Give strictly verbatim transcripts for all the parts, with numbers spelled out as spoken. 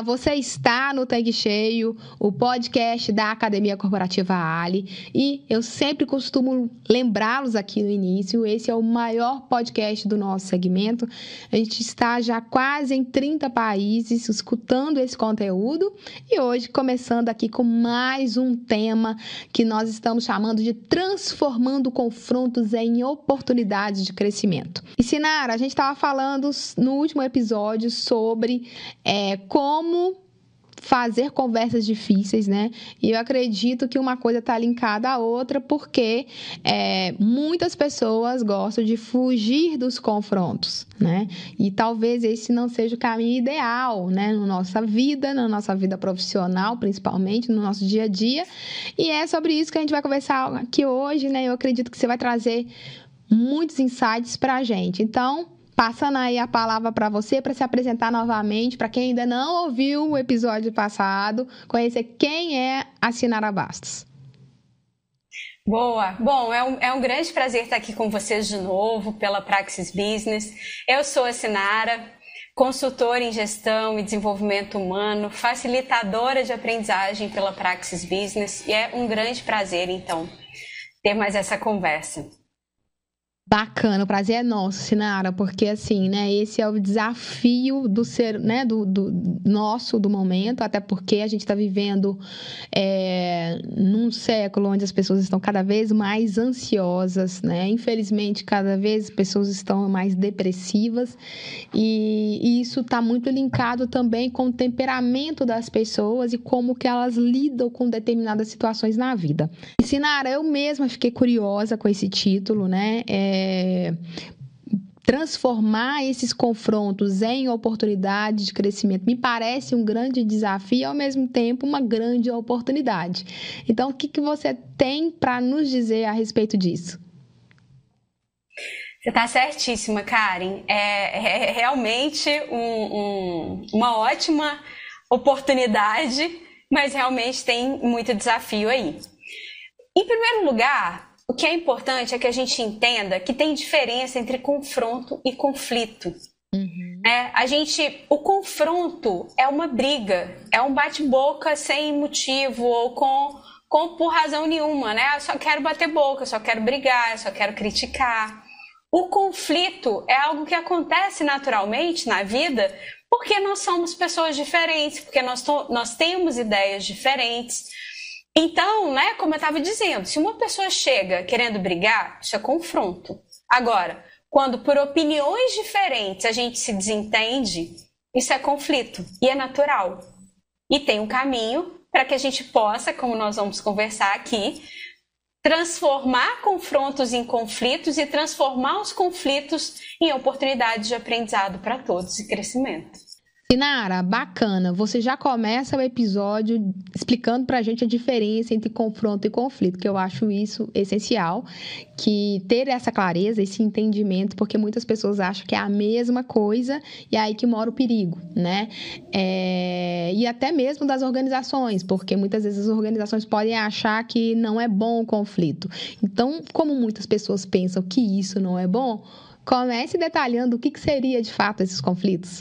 você está no Tanque Cheio, o podcast da Academia Corporativa Ali, e eu sempre costumo lembrá-los aqui no início, esse é o maior podcast do nosso segmento. A gente está já quase em trinta países escutando esse conteúdo e hoje começando aqui com mais um tema que nós estamos chamando de transformando confrontos em oportunidades de crescimento. E Sinara, a gente estava falando no último episódio sobre é, como fazer conversas difíceis, né? E eu acredito que uma coisa está linkada à outra, porque é, muitas pessoas gostam de fugir dos confrontos, né? E talvez esse não seja o caminho ideal, né? Na nossa vida, na nossa vida profissional, principalmente, no nosso dia a dia. E é sobre isso que a gente vai conversar aqui hoje, né? Eu acredito que você vai trazer muitos insights para a gente. Então, passando aí a palavra para você, para se apresentar novamente, para quem ainda não ouviu o episódio passado, conhecer quem é a Sinara Bastos. Boa! Bom, é um, é um grande prazer estar aqui com vocês de novo pela Praxis Business. Eu sou a Sinara, consultora em gestão e desenvolvimento humano, facilitadora de aprendizagem pela Praxis Business, e é um grande prazer, então, ter mais essa conversa. Bacana, o prazer é nosso, Sinara, porque assim, né, esse é o desafio do ser, né, do, do nosso, do momento, até porque a gente está vivendo é, num século onde as pessoas estão cada vez mais ansiosas, né, infelizmente cada vez as pessoas estão mais depressivas e, e isso está muito linkado também com o temperamento das pessoas e como que elas lidam com determinadas situações na vida. E, Sinara, eu mesma fiquei curiosa com esse título, né, é, É, transformar esses confrontos em oportunidades de crescimento me parece um grande desafio e, ao mesmo tempo, uma grande oportunidade. Então, o que, que você tem para nos dizer a respeito disso? Você está certíssima, Karen. É, é realmente um, um, uma ótima oportunidade, mas realmente tem muito desafio aí. Em primeiro lugar, o que é importante é que a gente entenda que tem diferença entre confronto e conflito. Uhum. É, a gente, o confronto é uma briga, é um bate-boca sem motivo ou com, com por razão nenhuma, né? Eu só quero bater boca, eu só quero brigar, eu só quero criticar. O conflito é algo que acontece naturalmente na vida porque nós somos pessoas diferentes, porque nós, to, nós temos ideias diferentes. Então, né, como eu estava dizendo, se uma pessoa chega querendo brigar, isso é confronto. Agora, quando por opiniões diferentes a gente se desentende, isso é conflito e é natural. E tem um caminho para que a gente possa, como nós vamos conversar aqui, transformar confrontos em conflitos e transformar os conflitos em oportunidades de aprendizado para todos e crescimento. Sinara, bacana, você já começa o episódio explicando pra gente a diferença entre confronto e conflito, que eu acho isso essencial, que ter essa clareza, esse entendimento, porque muitas pessoas acham que é a mesma coisa e é aí que mora o perigo, né? É... E até mesmo das organizações, porque muitas vezes as organizações podem achar que não é bom o conflito. Então, como muitas pessoas pensam que isso não é bom, comece detalhando o que, que seria de fato esses conflitos.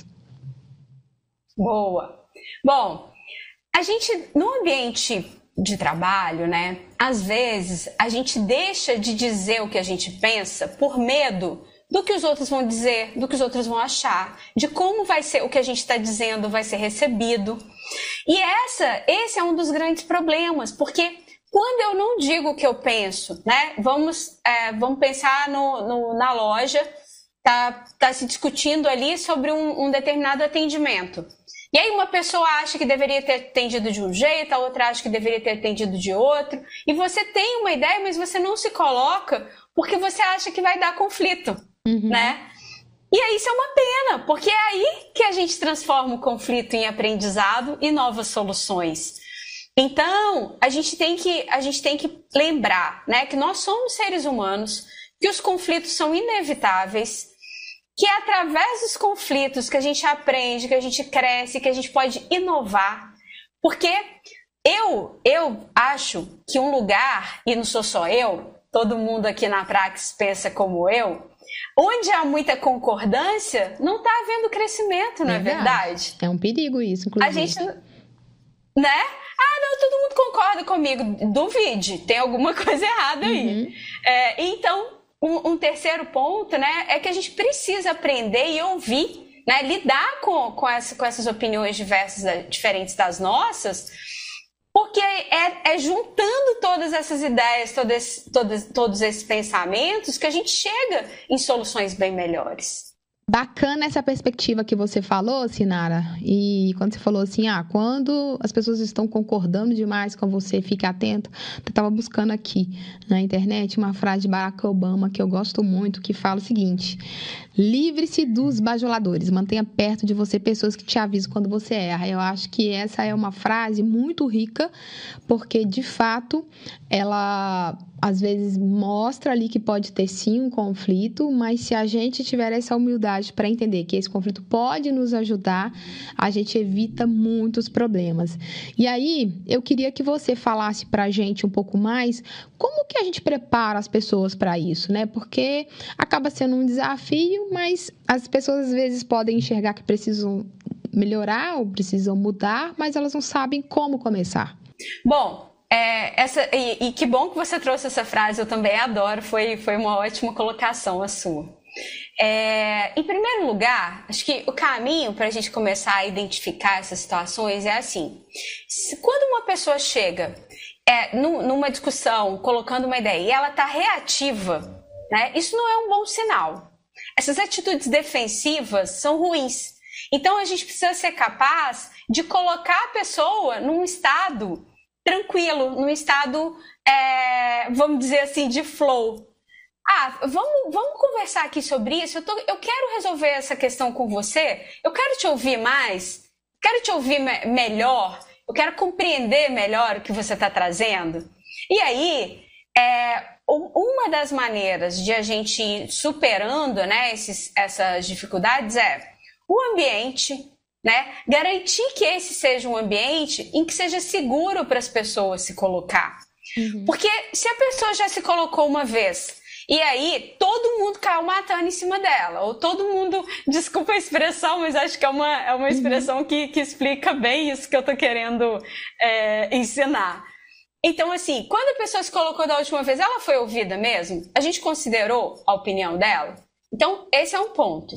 Boa. Bom, a gente, no ambiente de trabalho, né, às vezes a gente deixa de dizer o que a gente pensa por medo do que os outros vão dizer, do que os outros vão achar, de como vai ser o que a gente está dizendo vai ser recebido. E essa, esse é um dos grandes problemas, porque quando eu não digo o que eu penso, né, vamos, é, vamos pensar no, no, na loja, tá, tá se discutindo ali sobre um, um determinado atendimento. E aí uma pessoa acha que deveria ter atendido de um jeito, a outra acha que deveria ter atendido de outro. E você tem uma ideia, mas você não se coloca porque você acha que vai dar conflito, uhum. né? E aí isso é uma pena, porque é aí que a gente transforma o conflito em aprendizado e novas soluções. Então, a gente tem que, a gente tem que lembrar, né, que nós somos seres humanos, que os conflitos são inevitáveis, que é através dos conflitos que a gente aprende, que a gente cresce, que a gente pode inovar. Porque eu, eu acho que um lugar, e não sou só eu, todo mundo aqui na Praxis pensa como eu, Onde há muita concordância, não está havendo crescimento, não é verdade? verdade? É um perigo isso, inclusive. A gente, né? Ah, não, todo mundo concorda comigo. Duvide, tem alguma coisa errada aí. Uhum. É, então, um, um terceiro ponto, né, é que a gente precisa aprender e ouvir, né, lidar com, com, essa, com essas opiniões diversas, diferentes das nossas, porque é, é juntando todas essas ideias, todos, todos, todos esses pensamentos, que a gente chega em soluções bem melhores. Bacana essa perspectiva que você falou, Sinara. E quando você falou assim, ah, quando as pessoas estão concordando demais com você, fique atento. Eu estava buscando aqui na internet uma frase de Barack Obama que eu gosto muito, que fala o seguinte: livre-se dos bajuladores, mantenha perto de você pessoas que te avisam quando você erra. Eu acho que essa é uma frase muito rica, porque de fato ela às vezes mostra ali que pode ter sim um conflito, mas se a gente tiver essa humildade para entender que esse conflito pode nos ajudar, a gente evita muitos problemas. E aí, eu queria que você falasse para a gente um pouco mais como que a gente prepara as pessoas para isso, né? Porque acaba sendo um desafio, mas as pessoas às vezes podem enxergar que precisam melhorar ou precisam mudar, mas elas não sabem como começar. Bom, É, essa, e, e que bom que você trouxe essa frase, eu também adoro, foi, foi uma ótima colocação a sua. É, em primeiro lugar, acho que o caminho para a gente começar a identificar essas situações é assim: se, quando uma pessoa chega é, num, numa discussão, colocando uma ideia, e ela está reativa, né, isso não é um bom sinal. Essas atitudes defensivas são ruins. Então a gente precisa ser capaz de colocar a pessoa num estado tranquilo, num estado, é, vamos dizer assim, de flow. Ah, vamos, vamos conversar aqui sobre isso, eu, tô, eu quero resolver essa questão com você, eu quero te ouvir mais, quero te ouvir me- melhor, eu quero compreender melhor o que você está trazendo. E aí, é, uma das maneiras de a gente ir superando, né, esses, essas dificuldades é o ambiente, né? Garantir que esse seja um ambiente em que seja seguro para as pessoas se colocar. Uhum. Porque se a pessoa já se colocou uma vez e aí todo mundo caiu matando em cima dela, ou todo mundo, desculpa a expressão, mas acho que é uma, é uma expressão uhum. que, que explica bem isso que eu estou querendo é, ensinar. Então, assim, quando a pessoa se colocou da última vez, ela foi ouvida mesmo? A gente considerou a opinião dela? Então, esse é um ponto.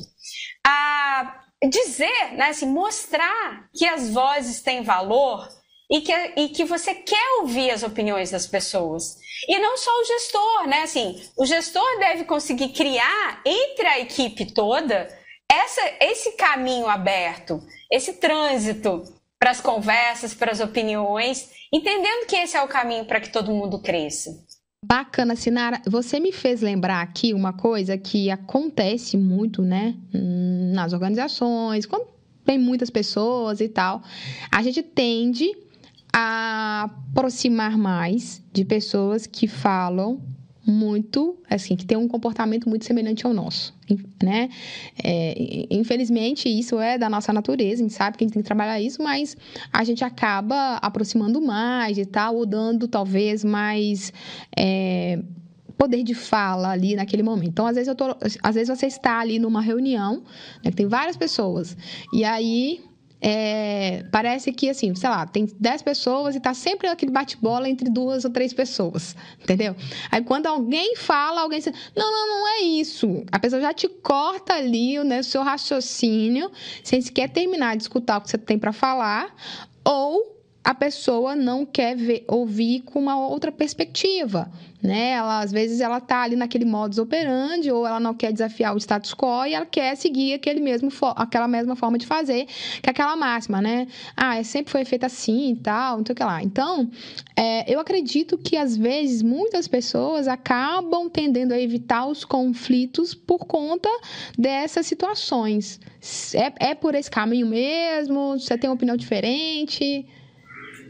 A dizer, né, assim, mostrar que as vozes têm valor e que, e que você quer ouvir as opiniões das pessoas. E não só o gestor, né? Assim, o gestor deve conseguir criar entre a equipe toda essa, esse caminho aberto, esse trânsito para as conversas, para as opiniões, entendendo que esse é o caminho para que todo mundo cresça. Bacana, Sinara. Você me fez lembrar aqui uma coisa que acontece muito, né, nas organizações, quando tem muitas pessoas e tal, a gente tende a aproximar mais de pessoas que falam muito, assim, que tem um comportamento muito semelhante ao nosso, né? É, infelizmente, isso é da nossa natureza, a gente sabe que a gente tem que trabalhar isso, mas a gente acaba aproximando mais e tal, ou dando, talvez, mais é, poder de fala ali naquele momento. Então, às vezes, eu tô, às vezes você está ali numa reunião, né, que tem várias pessoas, e aí... É, parece que, assim, sei lá, tem dez pessoas e tá sempre aquele bate-bola entre duas ou três pessoas, entendeu? Aí, quando alguém fala, alguém diz, não, não, não é isso. A pessoa já te corta ali, né, o seu raciocínio, sem sequer terminar de escutar o que você tem para falar, ou a pessoa não quer ver, ouvir com uma outra perspectiva, né? Ela, às vezes ela tá ali naquele modus operandi, ou ela não quer desafiar o status quo e ela quer seguir aquele mesmo, aquela mesma forma de fazer, que é aquela máxima, né? Ah, sempre foi feita assim e tal, não sei o que lá. Então, é, eu acredito que às vezes muitas pessoas acabam tendendo a evitar os conflitos por conta dessas situações. É, é por esse caminho mesmo? Você tem uma opinião diferente?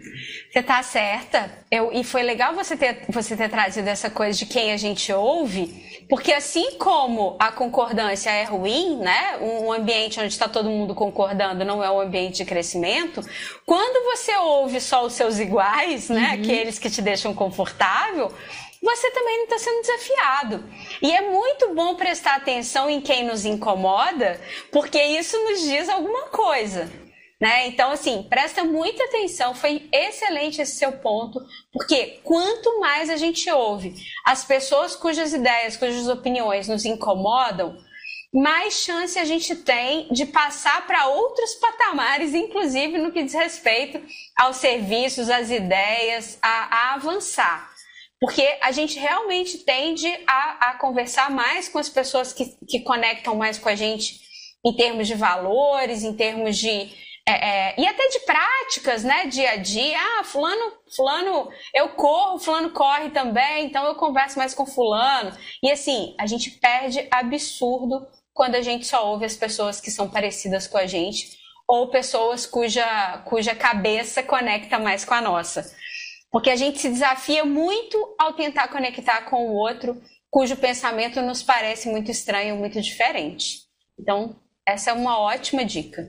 Você tá certa. Eu, e foi legal você ter, você ter trazido essa coisa de quem a gente ouve, porque assim como a concordância é ruim, né? Um ambiente onde está todo mundo concordando não é um ambiente de crescimento. Quando você ouve só os seus iguais, né? Uhum. Aqueles que te deixam confortável, você também não está sendo desafiado. E é muito bom prestar atenção em quem nos incomoda, porque isso nos diz alguma coisa. Né? Então, assim, presta muita atenção, foi excelente esse seu ponto, porque quanto mais a gente ouve as pessoas cujas ideias, cujas opiniões nos incomodam, mais chance a gente tem de passar para outros patamares, inclusive no que diz respeito aos serviços, às ideias, a, a avançar. Porque a gente realmente tende a, a conversar mais com as pessoas que, que conectam mais com a gente em termos de valores, em termos de... É, é, e até de práticas, né, dia a dia. Ah, fulano, fulano, eu corro, fulano corre também, então eu converso mais com fulano. E assim, a gente perde absurdo quando a gente só ouve as pessoas que são parecidas com a gente ou pessoas cuja, cuja cabeça conecta mais com a nossa. Porque a gente se desafia muito ao tentar conectar com o outro cujo pensamento nos parece muito estranho, muito diferente. Então, essa é uma ótima dica.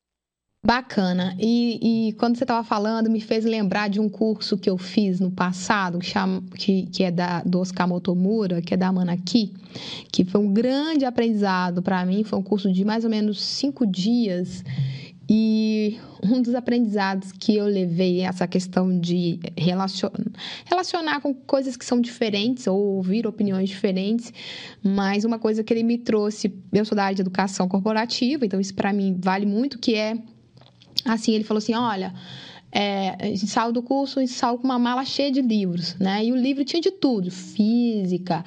Bacana. E, e quando você estava falando, me fez lembrar de um curso que eu fiz no passado, que, chama, que, que é da, do Oscar Motomura, que é da Manaki, que foi um grande aprendizado para mim. Foi um curso de mais ou menos cinco dias. E um dos aprendizados que eu levei é essa questão de relacionar, relacionar com coisas que são diferentes ou ouvir opiniões diferentes, mas uma coisa que ele me trouxe, eu sou da área de educação corporativa, então isso para mim vale muito, que é assim, ele falou assim, olha, é, a gente saiu do curso e saiu com uma mala cheia de livros, né? E o livro tinha de tudo, física,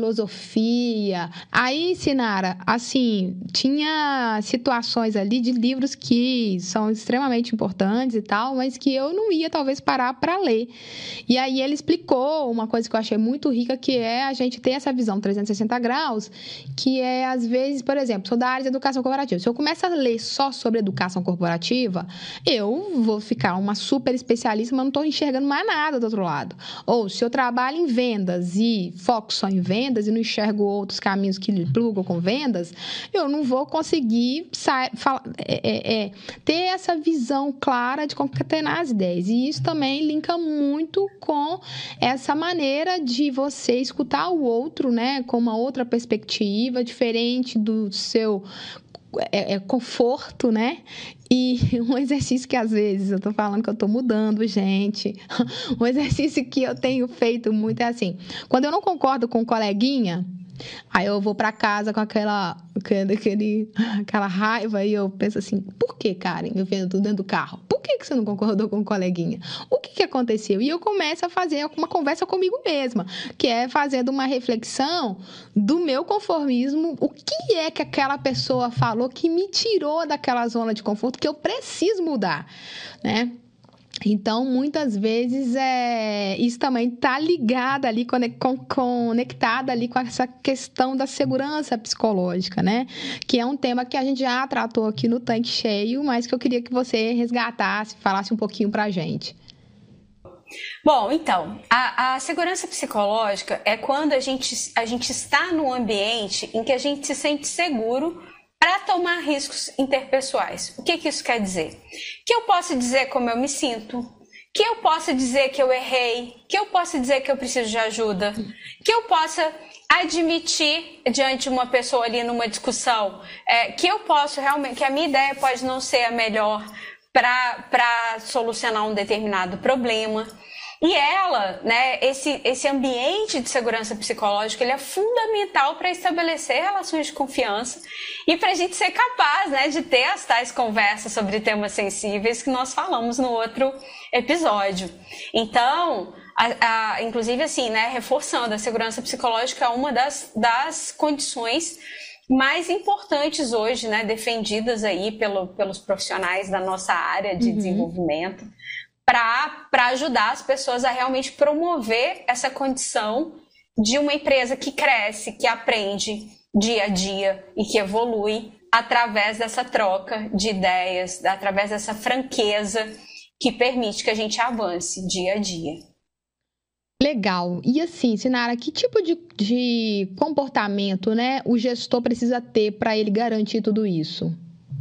filosofia. Aí, Sinara, assim, tinha situações ali de livros que são extremamente importantes e tal, mas que eu não ia, talvez, parar para ler. E aí ele explicou uma coisa que eu achei muito rica, que é a gente ter essa visão trezentos e sessenta graus, que é, às vezes, por exemplo, sou da área de educação corporativa. Se eu começo a ler só sobre educação corporativa, eu vou ficar uma super especialista, mas não estou enxergando mais nada do outro lado. Ou se eu trabalho em vendas e foco só em vendas e não enxergo outros caminhos que plugam com vendas, eu não vou conseguir sa- fala, é, é, é, ter essa visão clara de concatenar as ideias. E isso também linka muito com essa maneira de você escutar o outro, né, com uma outra perspectiva, diferente do seu é, é, conforto, né? E um exercício que às vezes eu tô falando que eu tô mudando, gente. Um exercício que eu tenho feito muito é assim: quando eu não concordo com um coleguinha, aí eu vou pra casa com aquela, aquele, aquela raiva e eu penso assim, por que, Karen? Eu vendo tudo dentro do carro. Por que, que você não concordou com o coleguinha? O que, que aconteceu? E eu começo a fazer uma conversa comigo mesma, que é fazendo uma reflexão do meu conformismo, o que é que aquela pessoa falou que me tirou daquela zona de conforto que eu preciso mudar, né? Então, muitas vezes, é, isso também está ligado ali, conectado ali com essa questão da segurança psicológica, né? Que é um tema que a gente já tratou aqui no Tanque Cheio, mas que eu queria que você resgatasse, falasse um pouquinho para a gente. Bom, então, a, a segurança psicológica é quando a gente, a gente está num ambiente em que a gente se sente seguro para tomar riscos interpessoais. O que, que isso quer dizer? Que eu posso dizer como eu me sinto, que eu possa dizer que eu errei, que eu possa dizer que eu preciso de ajuda, que eu possa admitir diante de uma pessoa ali numa discussão, é, que eu posso realmente, que a minha ideia pode não ser a melhor para solucionar um determinado problema. E ela, né, esse, esse ambiente de segurança psicológica, ele é fundamental para estabelecer relações de confiança e para a gente ser capaz, né, de ter as tais conversas sobre temas sensíveis que nós falamos no outro episódio. Então, a, a, inclusive assim, né, reforçando, a segurança psicológica é uma das, das condições mais importantes hoje, né, defendidas aí pelo, pelos profissionais da nossa área de uhum. desenvolvimento, para ajudar as pessoas a realmente promover essa condição de uma empresa que cresce, que aprende dia a dia e que evolui através dessa troca de ideias, através dessa franqueza que permite que a gente avance dia a dia. Legal. E assim, Sinara, que tipo de, de comportamento, né, o gestor precisa ter para ele garantir tudo isso?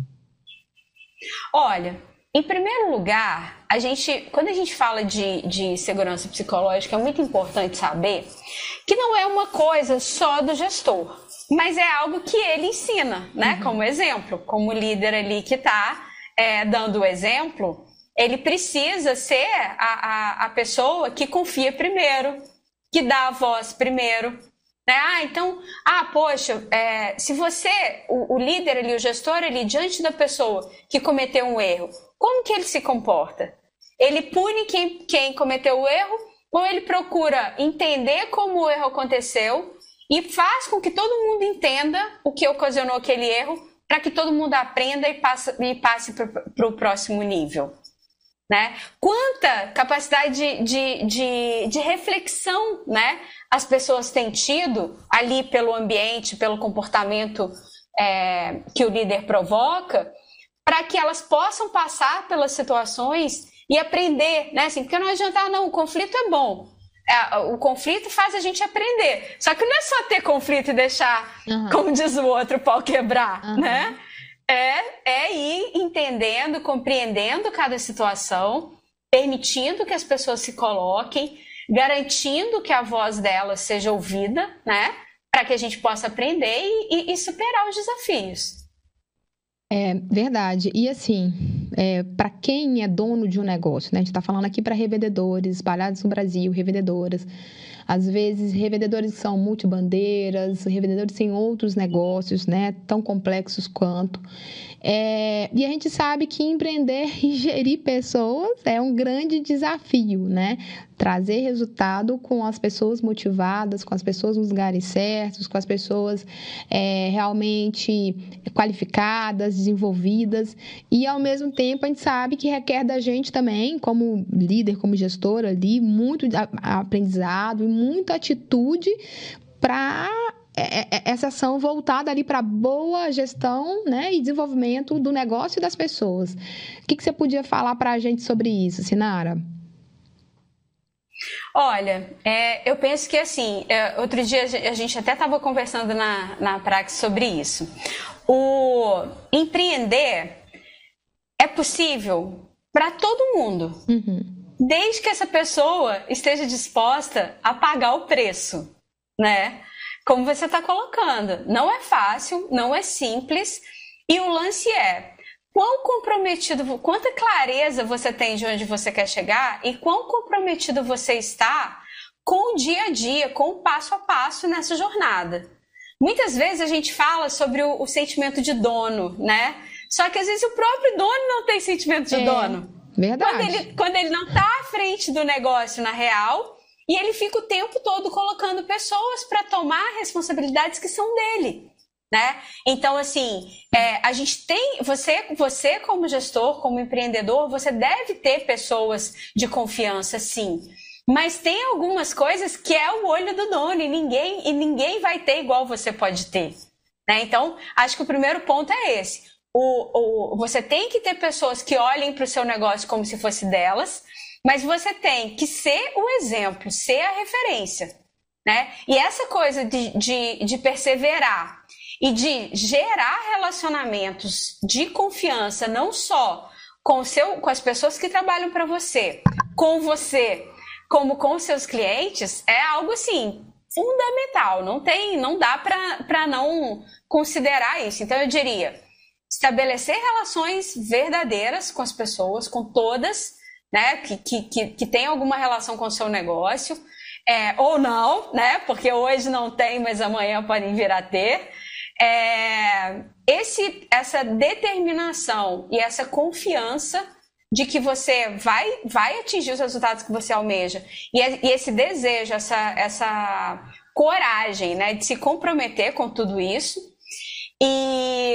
Olha, em primeiro lugar, a gente, quando a gente fala de, de segurança psicológica, é muito importante saber que não é uma coisa só do gestor, mas é algo que ele ensina, né? Uhum. Como exemplo, como líder ali que está é, dando o exemplo, ele precisa ser a, a, a pessoa que confia primeiro, que dá a voz primeiro. Né? Ah, então, ah, poxa, é, se você, o, o líder ali, o gestor ali, diante da pessoa que cometeu um erro, como que ele se comporta? Ele pune quem, quem cometeu o erro ou ele procura entender como o erro aconteceu e faz com que todo mundo entenda o que ocasionou aquele erro para que todo mundo aprenda e passe, e passe para o próximo nível? Né? Quanta capacidade de, de, de, de reflexão, né, as pessoas têm tido ali pelo ambiente, pelo comportamento é, que o líder provoca, para que elas possam passar pelas situações e aprender, né? Assim, porque não adianta, ah, não, o conflito é bom. É, o conflito faz a gente aprender. Só que não é só ter conflito e deixar, uhum. como diz o outro, o pau quebrar, uhum. né? É, é ir entendendo, compreendendo cada situação, permitindo que as pessoas se coloquem, garantindo que a voz delas seja ouvida, né? Para que a gente possa aprender e, e, e superar os desafios. É verdade. E assim, é, para quem é dono de um negócio, né? A gente está falando aqui para revendedores espalhados no Brasil, revendedoras. Às vezes, revendedores são multibandeiras, revendedores têm outros negócios, né? Tão complexos quanto. É, e a gente sabe que empreender e gerir pessoas é um grande desafio, né? Trazer resultado com as pessoas motivadas, com as pessoas nos lugares certos, com as pessoas é, realmente qualificadas, desenvolvidas. E, ao mesmo tempo, a gente sabe que requer da gente também, como líder, como gestor ali, muito aprendizado e muita atitude para essa ação voltada ali para boa gestão, né, e desenvolvimento do negócio e das pessoas. O que, que você podia falar para a gente sobre isso, Sinara? Olha, é, eu penso que assim, é, outro dia a gente até estava conversando na, na Praxis sobre isso. O empreender é possível para todo mundo, uhum. desde que essa pessoa esteja disposta a pagar o preço, né? Como você está colocando. Não é fácil, não é simples, e o lance é quão comprometido, quanta clareza você tem de onde você quer chegar e quão comprometido você está com o dia a dia, com o passo a passo nessa jornada. Muitas vezes a gente fala sobre o, o sentimento de dono, né? Só que às vezes o próprio dono não tem sentimento de é, dono. Verdade. Quando ele, quando ele não está à frente do negócio na real, e ele fica o tempo todo colocando pessoas para tomar responsabilidades que são dele, né? Então, assim, é, a gente tem... Você, você, como gestor, como empreendedor, você deve ter pessoas de confiança, sim. Mas tem algumas coisas que é o olho do dono e ninguém, e ninguém vai ter igual você pode ter, né? Então, acho que o primeiro ponto é esse. O, o, você tem que ter pessoas que olhem para o seu negócio como se fosse delas, mas você tem que ser o exemplo, ser a referência, né? E essa coisa de, de, de perseverar e de gerar relacionamentos de confiança, não só com, o seu, com as pessoas que trabalham para você, com você, como com os seus clientes, é algo assim fundamental. Não tem, não dá para não considerar isso. Então eu diria, estabelecer relações verdadeiras com as pessoas, com todas, né, que, que, que, que tem alguma relação com o seu negócio, é, ou não, né, porque hoje não tem, mas amanhã podem vir a ter. É, esse, essa determinação e essa confiança de que você vai, vai atingir os resultados que você almeja, e, e esse desejo, essa, essa coragem, né, de se comprometer com tudo isso, e...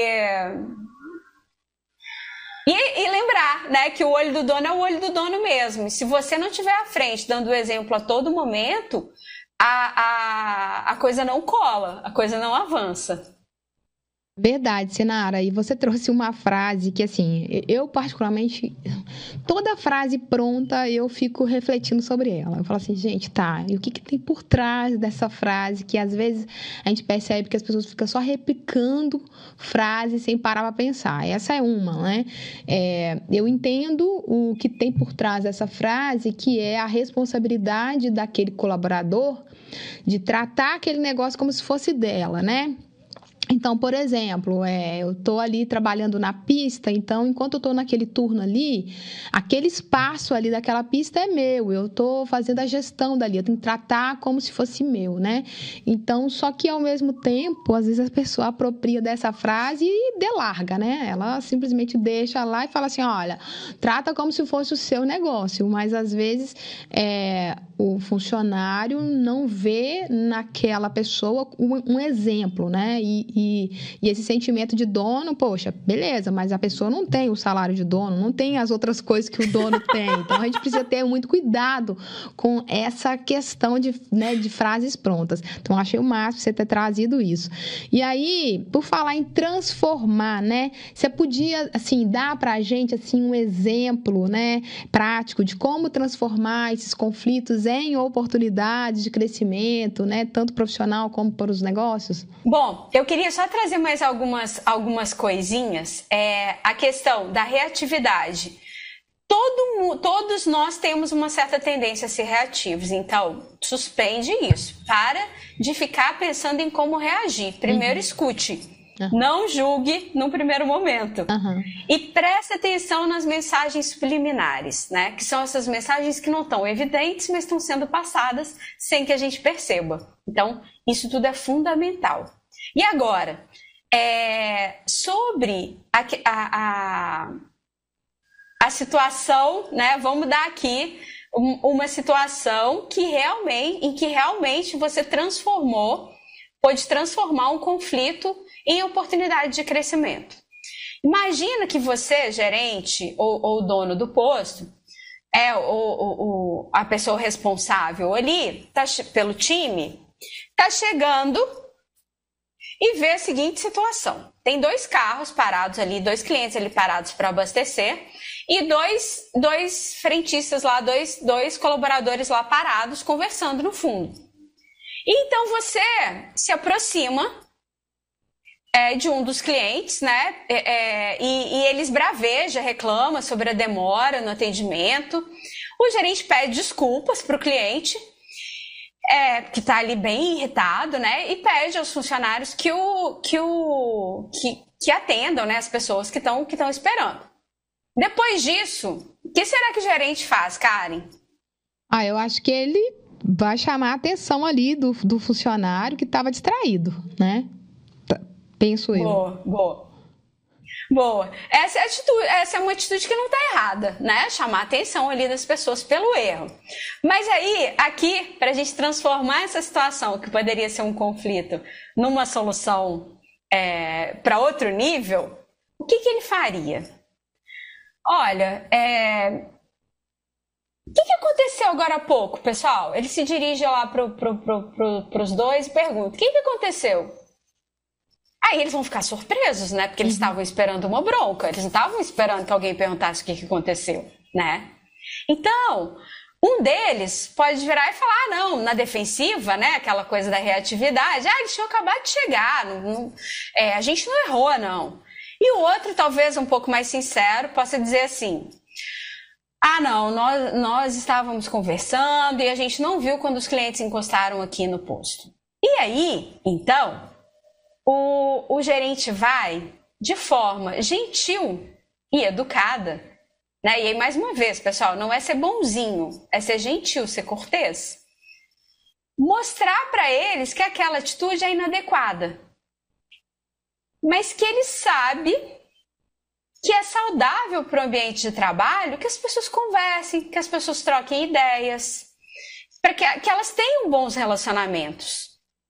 E, e lembrar, né, que o olho do dono é o olho do dono mesmo. E se você não estiver à frente, dando o exemplo a todo momento, a, a, a coisa não cola, a coisa não avança. Verdade, Sinara. E você trouxe uma frase que, assim, eu particularmente, toda frase pronta, eu fico refletindo sobre ela. Eu falo assim, gente, tá, e o que que tem por trás dessa frase que, às vezes, a gente percebe que as pessoas ficam só replicando frases sem parar para pensar. Essa é uma, né? É, eu entendo o que tem por trás dessa frase, que é a responsabilidade daquele colaborador de tratar aquele negócio como se fosse dela, né? Então, por exemplo, é, eu estou ali trabalhando na pista, então, enquanto eu estou naquele turno ali, aquele espaço ali daquela pista é meu, eu estou fazendo a gestão dali, eu tenho que tratar como se fosse meu, né? Então, só que ao mesmo tempo, às vezes a pessoa apropria dessa frase e delarga, né? Ela simplesmente deixa lá e fala assim, olha, trata como se fosse o seu negócio, mas às vezes é, o funcionário não vê naquela pessoa um, um exemplo, né? E, E, e esse sentimento de dono, poxa, beleza, mas a pessoa não tem o salário de dono, não tem as outras coisas que o dono tem. Então, a gente precisa ter muito cuidado com essa questão de, né, de frases prontas. Então, achei o máximo você ter trazido isso. E aí, por falar em transformar, né? Você podia, assim, dar pra gente, assim, um exemplo, né, prático de como transformar esses conflitos em oportunidades de crescimento, né? Tanto profissional como para os negócios? Bom, eu queria só trazer mais algumas, algumas coisinhas. É, a questão da reatividade. Todo, todos nós temos uma certa tendência a ser reativos, então suspende isso. Para de ficar pensando em como reagir. Primeiro, uhum. escute. Uhum. Não julgue no primeiro momento. Uhum. E preste atenção nas mensagens subliminares, né? Que são essas mensagens que não estão evidentes, mas estão sendo passadas sem que a gente perceba. Então, isso tudo é fundamental. E agora, é, sobre a, a, a, a situação, né? Vamos dar aqui um, uma situação que realmente, em que realmente você transformou, pode transformar um conflito em oportunidade de crescimento. Imagina que você, gerente ou, ou dono do posto, é o, o, o, a pessoa responsável ali, tá, pelo time, está chegando e vê a seguinte situação. Tem dois carros parados ali, dois clientes ali parados para abastecer e dois, dois frentistas lá, dois, dois colaboradores lá parados conversando no fundo. E então você se aproxima é, de um dos clientes, né? É, é, e, e eles braveja, reclama sobre a demora no atendimento. O gerente pede desculpas para o cliente, É, que está ali bem irritado, né? E pede aos funcionários que, o, que, o, que, que atendam, né, as pessoas que estão que estão esperando. Depois disso, o que será que o gerente faz, Karen? Ah, eu acho que ele vai chamar a atenção ali do, do funcionário que estava distraído, né? Penso eu. Boa, boa. Boa. Essa é, atitude, essa é uma atitude que não está errada, né? Chamar a atenção ali das pessoas pelo erro. Mas aí, aqui, para a gente transformar essa situação, que poderia ser um conflito, numa solução é, para outro nível, o que, que ele faria? Olha, é... o que, que aconteceu agora há pouco, pessoal? Ele se dirige lá para pro, pro, pro, pro, os dois e pergunta, o que, que aconteceu? Aí eles vão ficar surpresos, né? Porque eles estavam uhum. esperando uma bronca. Eles não estavam esperando que alguém perguntasse o que, que aconteceu, né? Então, um deles pode virar e falar, ah, não, na defensiva, né? Aquela coisa da reatividade. Ah, eles tinham acabado de chegar. Não, não, é, a gente não errou, não. E o outro, talvez um pouco mais sincero, possa dizer assim, ah, não, nós, nós estávamos conversando e a gente não viu quando os clientes encostaram aqui no posto. E aí, então... O, o gerente vai, de forma gentil e educada, né? E aí, mais uma vez, pessoal, não é ser bonzinho, é ser gentil, ser cortês. Mostrar para eles que aquela atitude é inadequada, mas que ele sabe que é saudável para o ambiente de trabalho que as pessoas conversem, que as pessoas troquem ideias, para que, que elas tenham bons relacionamentos.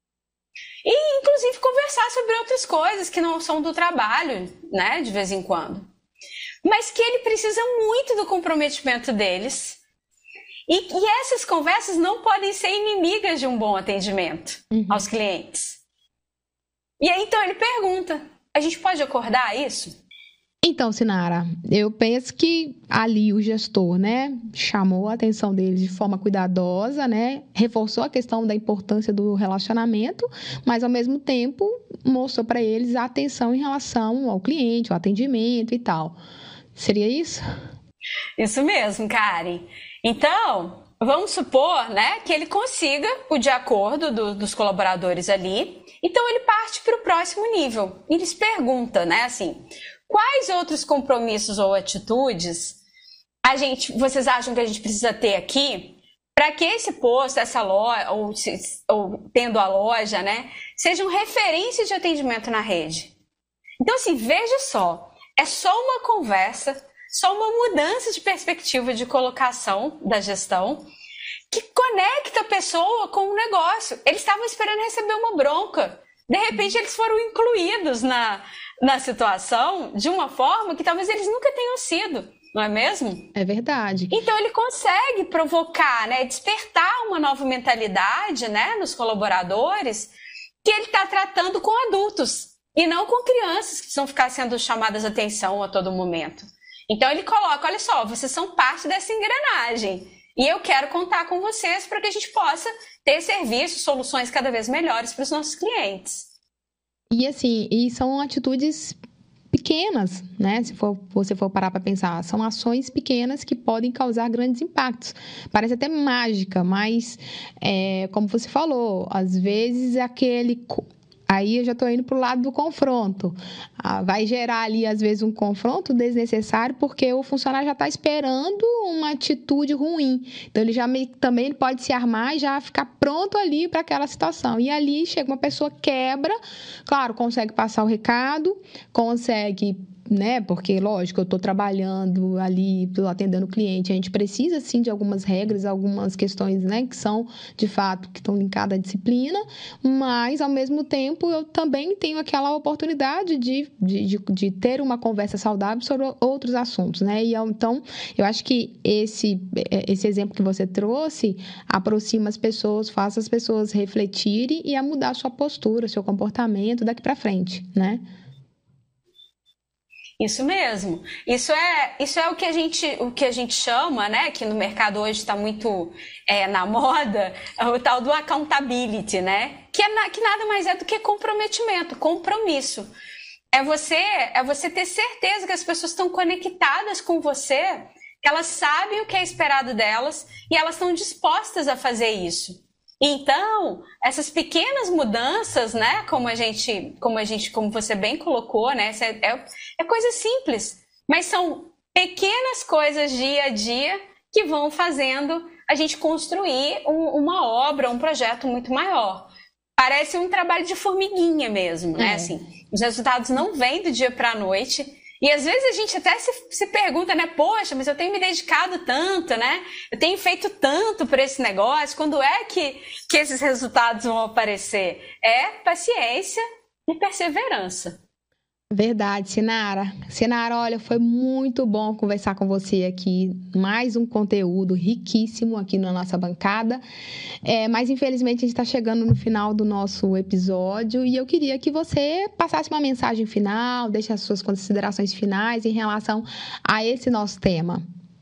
E, inclusive, conversar sobre outras coisas que não são do trabalho, né, de vez em quando. Mas que ele precisa muito do comprometimento deles. E, e essas conversas não podem ser inimigas de um bom atendimento uhum. aos clientes. E aí, então, ele pergunta, a gente pode acordar isso? Então, Sinara, eu penso que ali o gestor, né, chamou a atenção deles de forma cuidadosa, né, reforçou a questão da importância do relacionamento, mas ao mesmo tempo mostrou para eles a atenção em relação ao cliente, ao atendimento e tal. Seria isso? Isso mesmo, Karen. Então, vamos supor, né, que ele consiga o de acordo do, dos colaboradores ali. Então, ele parte para o próximo nível. E eles perguntam, né, assim, quais outros compromissos ou atitudes a gente, vocês acham que a gente precisa ter aqui para que esse posto, essa loja, ou, ou tendo a loja, né, sejam referências de atendimento na rede? Então, assim, veja só, é só uma conversa, só uma mudança de perspectiva de colocação da gestão que conecta a pessoa com o negócio. Eles estavam esperando receber uma bronca. De repente, eles foram incluídos na, na situação de uma forma que talvez eles nunca tenham sido, não é mesmo? É verdade. Então, ele consegue provocar, né, despertar uma nova mentalidade, né, nos colaboradores que ele está tratando com adultos e não com crianças que precisam ficar sendo chamadas a atenção a todo momento. Então, ele coloca, olha só, vocês são parte dessa engrenagem e eu quero contar com vocês para que a gente possa ter serviços, soluções cada vez melhores para os nossos clientes. E assim, e são atitudes pequenas, né? Se for, você for parar para pensar, são ações pequenas que podem causar grandes impactos. Parece até mágica, mas é, como você falou, às vezes é aquele... Aí eu já estou indo para o lado do confronto. Ah, vai gerar ali, às vezes, um confronto desnecessário, porque o funcionário já está esperando uma atitude ruim. Então, ele já meio, também pode se armar e já ficar pronto ali para aquela situação. E ali chega uma pessoa, quebra, claro, consegue passar o recado, consegue... né? Porque, lógico, eu estou trabalhando ali, estou atendendo o cliente, a gente precisa, sim, de algumas regras, algumas questões, né, que são, de fato, que estão linkadas à disciplina, mas, ao mesmo tempo, eu também tenho aquela oportunidade de, de, de, de ter uma conversa saudável sobre outros assuntos, né? E, então, eu acho que esse, esse exemplo que você trouxe aproxima as pessoas, faz as pessoas refletirem e a mudar a sua postura, seu comportamento daqui para frente, né? Isso mesmo. Isso é, isso é o que a gente, o que a gente chama, né, que no mercado hoje está muito é, na moda, o tal do accountability, né? Que, é na, que nada mais é do que comprometimento, compromisso. É você, é você ter certeza que as pessoas estão conectadas com você, que elas sabem o que é esperado delas e elas estão dispostas a fazer isso. Então, essas pequenas mudanças, né, como a gente, como a gente, como você bem colocou, né, é, é coisa simples, mas são pequenas coisas dia a dia que vão fazendo a gente construir um, uma obra, um projeto muito maior. Parece um trabalho de formiguinha mesmo, né, é. Assim, os resultados não vêm do dia para a noite. E às vezes a gente até se, se pergunta, né? Poxa, mas eu tenho me dedicado tanto, né? Eu tenho feito tanto para esse negócio. Quando é que, que esses resultados vão aparecer? É paciência e perseverança. Verdade, Sinara. Sinara, olha, foi muito bom conversar com você aqui. Mais um conteúdo riquíssimo aqui na nossa bancada. É, mas, infelizmente, a gente está chegando no final do nosso episódio e eu queria que você passasse uma mensagem final, deixe as suas considerações finais em relação a esse nosso tema.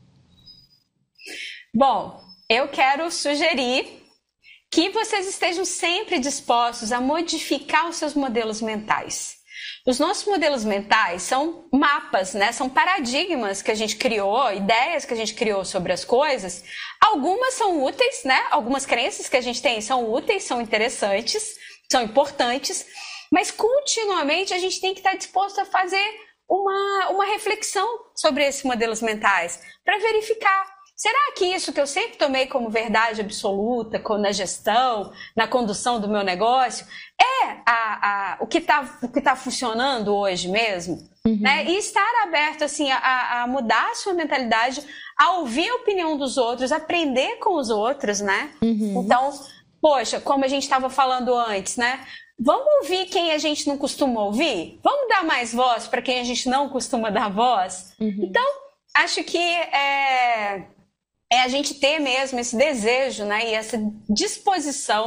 Bom, eu quero sugerir que vocês estejam sempre dispostos a modificar os seus modelos mentais. Os nossos modelos mentais são mapas, né? São paradigmas que a gente criou, ideias que a gente criou sobre as coisas. Algumas são úteis, né? Algumas crenças que a gente tem são úteis, são interessantes, são importantes, mas continuamente a gente tem que estar disposto a fazer uma, uma reflexão sobre esses modelos mentais para verificar. Será que isso que eu sempre tomei como verdade absoluta na gestão, na condução do meu negócio, é a, a, o que está o que tá funcionando hoje mesmo? Uhum. Né? E estar aberto assim, a, a mudar a sua mentalidade, a ouvir a opinião dos outros, aprender com os outros, né? Uhum. Então, poxa, como a gente estava falando antes, né? Vamos ouvir quem a gente não costuma ouvir? Vamos dar mais voz para quem a gente não costuma dar voz? Uhum. Então, acho que é... é a gente ter mesmo esse desejo, né, e essa disposição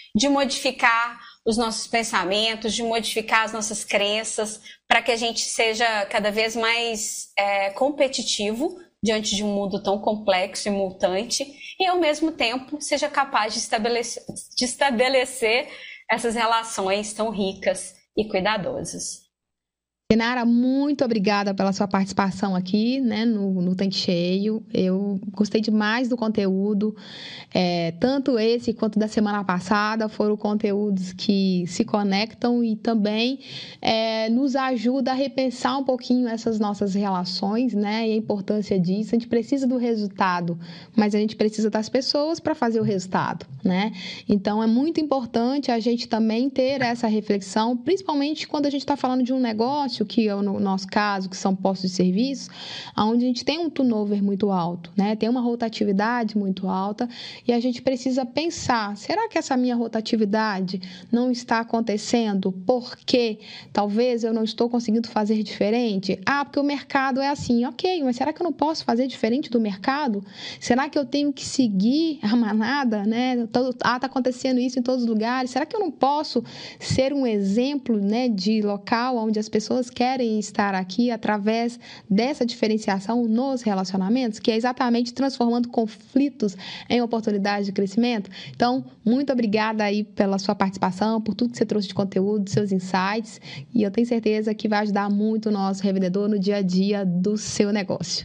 de modificar os nossos pensamentos, de modificar as nossas crenças, para que a gente seja cada vez mais é, competitivo diante de um mundo tão complexo e mutante, e ao mesmo tempo seja capaz de estabelecer, de estabelecer essas relações tão ricas e cuidadosas. Sinara, muito obrigada pela sua participação aqui, né, no, no Tanque Cheio. Eu gostei demais do conteúdo, é, tanto esse quanto da semana passada foram conteúdos que se conectam e também é, nos ajuda a repensar um pouquinho essas nossas relações, né, e a importância disso. A gente precisa do resultado, mas a gente precisa das pessoas para fazer o resultado, né? Então, é muito importante a gente também ter essa reflexão, principalmente quando a gente está falando de um negócio, que é o nosso caso, que são postos de serviço, onde a gente tem um turnover muito alto, né? Tem uma rotatividade muito alta e a gente precisa pensar, será que essa minha rotatividade não está acontecendo porque talvez eu não estou conseguindo fazer diferente? Ah, porque o mercado é assim. Ok, mas será que eu não posso fazer diferente do mercado? Será que eu tenho que seguir a manada, né? Ah, está acontecendo isso em todos os lugares. Será que eu não posso ser um exemplo, né, de local onde as pessoas querem estar aqui através dessa diferenciação nos relacionamentos, que é exatamente transformando conflitos em oportunidades de crescimento? Então, muito obrigada aí pela sua participação, por tudo que você trouxe de conteúdo, seus insights, e eu tenho certeza que vai ajudar muito o nosso revendedor no dia a dia do seu negócio.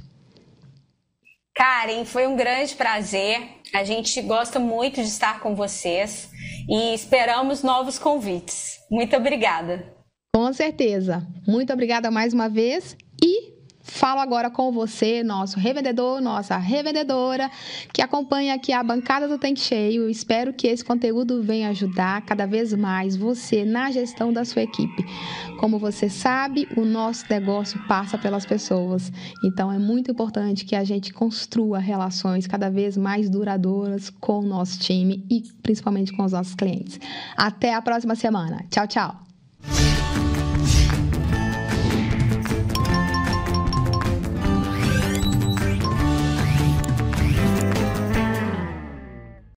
Karen, foi um grande prazer. A gente gosta muito de estar com vocês e esperamos novos convites. Muito obrigada. Com certeza. Muito obrigada mais uma vez e falo agora com você, nosso revendedor, nossa revendedora, que acompanha aqui a bancada do Tanque Cheio. Eu espero que esse conteúdo venha ajudar cada vez mais você na gestão da sua equipe. Como você sabe, o nosso negócio passa pelas pessoas. Então, é muito importante que a gente construa relações cada vez mais duradouras com o nosso time e principalmente com os nossos clientes. Até a próxima semana. Tchau, tchau.